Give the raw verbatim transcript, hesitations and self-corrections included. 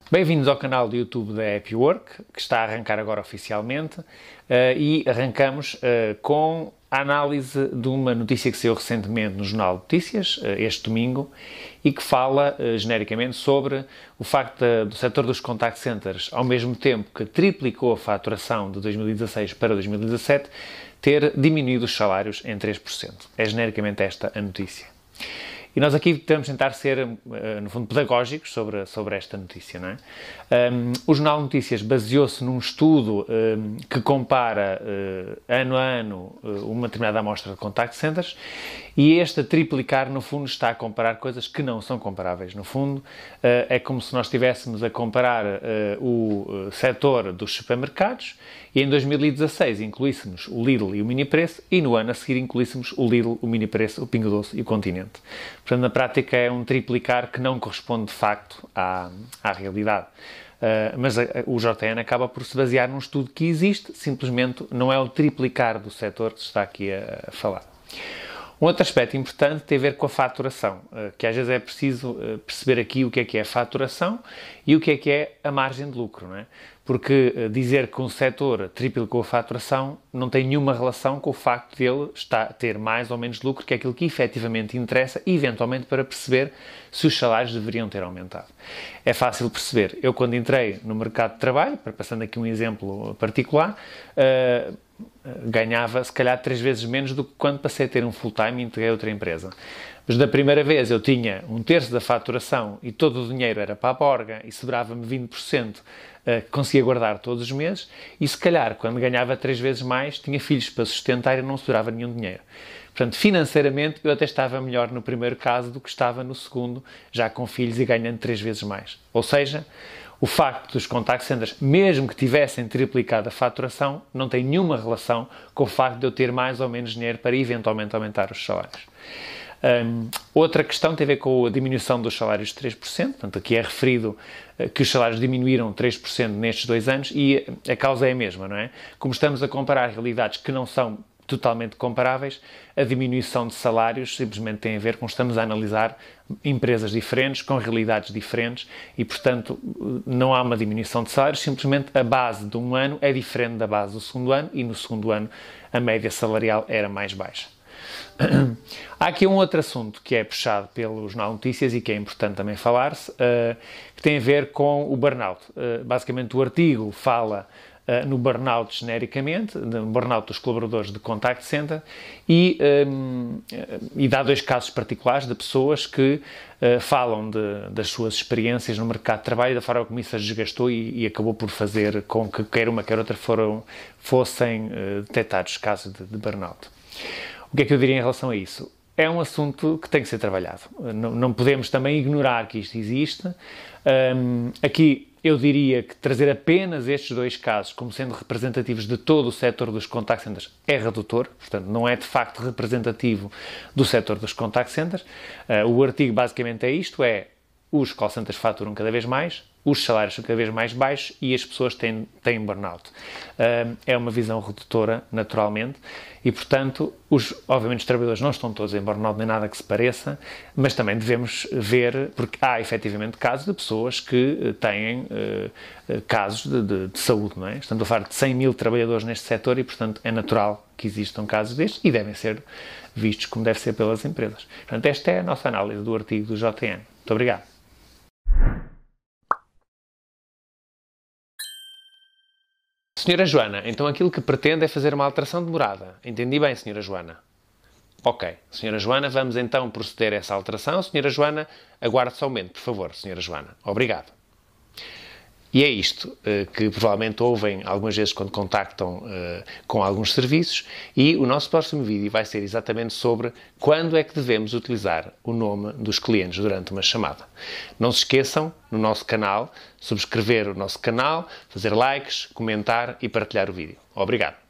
Bem-vindos ao canal do YouTube da Happy Work, que está a arrancar agora oficialmente, uh, e arrancamos uh, com a análise de uma notícia que saiu recentemente no Jornal de Notícias, uh, este domingo, e que fala uh, genericamente sobre o facto de, do setor dos contact centers, ao mesmo tempo que triplicou a faturação de dois mil e dezasseis para dois mil e dezassete, ter diminuído os salários em três por cento. É genericamente esta a notícia. E nós aqui tentamos tentar ser, no fundo, pedagógicos sobre, sobre esta notícia, não é? Um, o Jornal de Notícias baseou-se num estudo um, que compara uh, ano a ano uh, uma determinada amostra de contact centers, e este a triplicar, no fundo, está a comparar coisas que não são comparáveis. No fundo, uh, é como se nós estivéssemos a comparar uh, o uh, setor dos supermercados e em dois mil e dezasseis incluíssemos o Lidl e o Minipreço, e no ano a seguir incluíssemos o Lidl, o Minipreço, o Pingo Doce e o Continente. Portanto, na prática é um triplicar que não corresponde de facto à, à realidade. Uh, mas a, a, o J N acaba por se basear num estudo que existe, simplesmente não é o triplicar do setor que se está aqui a, a falar. Um outro aspecto importante tem a ver com a faturação, uh, que às vezes é preciso uh, perceber aqui o que é que é a faturação e o que é que é a margem de lucro, não é? Porque uh, dizer que um setor triplicou a faturação não tem nenhuma relação com o facto de ele estar, ter mais ou menos lucro, que é aquilo que efetivamente interessa, eventualmente para perceber se os salários deveriam ter aumentado. É fácil perceber. Eu, quando entrei no mercado de trabalho, passando aqui um exemplo particular, uh, ganhava se calhar três vezes menos do que quando passei a ter um full-time e integrei outra empresa. Mas da primeira vez eu tinha um terço da faturação e todo o dinheiro era para a borga e sobrava-me vinte por cento uh, que conseguia guardar todos os meses, e se calhar quando ganhava três vezes mais tinha filhos para sustentar e não sobrava nenhum dinheiro. Portanto, financeiramente eu até estava melhor no primeiro caso do que estava no segundo, já com filhos e ganhando três vezes mais. Ou seja, o facto dos contact centers, mesmo que tivessem triplicado a faturação, não tem nenhuma relação com o facto de eu ter mais ou menos dinheiro para eventualmente aumentar os salários. Um, outra questão tem a ver com a diminuição dos salários de três por cento, portanto aqui é referido uh, que os salários diminuíram três por cento nestes dois anos e a causa é a mesma, não é? Como estamos a comparar realidades que não são totalmente comparáveis, a diminuição de salários simplesmente tem a ver com estamos a analisar empresas diferentes, com realidades diferentes e, portanto, não há uma diminuição de salários, simplesmente a base de um ano é diferente da base do segundo ano e no segundo ano a média salarial era mais baixa. Há aqui um outro assunto que é puxado pelo Jornal de Notícias e que é importante também falar-se, uh, que tem a ver com o burnout. Uh, basicamente o artigo fala Uh, no burnout genericamente, no burnout dos colaboradores de contact center, e, um, e dá dois casos particulares de pessoas que uh, falam de, das suas experiências no mercado de trabalho e da forma como isso as desgastou e, e acabou por fazer com que quer uma quer outra foram, fossem uh, detectados casos de, de burnout. O que é que eu diria em relação a isso? É um assunto que tem que ser trabalhado. Não, não podemos também ignorar que isto existe. Um, aqui eu diria que trazer apenas estes dois casos como sendo representativos de todo o setor dos contact centers é redutor, portanto não é de facto representativo do setor dos contact centers. Uh, o artigo basicamente é isto, é os call centers faturam cada vez mais, os salários são cada vez mais baixos e as pessoas têm, têm burnout. Uh, é uma visão redutora, naturalmente, e, portanto, os, obviamente os trabalhadores não estão todos em burnout, nem nada que se pareça, mas também devemos ver, porque há efetivamente casos de pessoas que têm uh, casos de, de, de saúde, não é? Estamos a falar de cem mil trabalhadores neste setor e, portanto, é natural que existam casos destes e devem ser vistos como deve ser pelas empresas. Portanto, esta é a nossa análise do artigo do J N. Muito obrigado. Senhora Joana, então aquilo que pretende é fazer uma alteração de morada. Entendi bem, Senhora Joana? Ok. Senhora Joana, vamos então proceder a essa alteração. Senhora Joana, aguarde só um momento, por favor, Senhora Joana. Obrigado. E é isto uh, que provavelmente ouvem algumas vezes quando contactam uh, com alguns serviços, e o nosso próximo vídeo vai ser exatamente sobre quando é que devemos utilizar o nome dos clientes durante uma chamada. Não se esqueçam, no nosso canal, subscrever o nosso canal, fazer likes, comentar e partilhar o vídeo. Obrigado.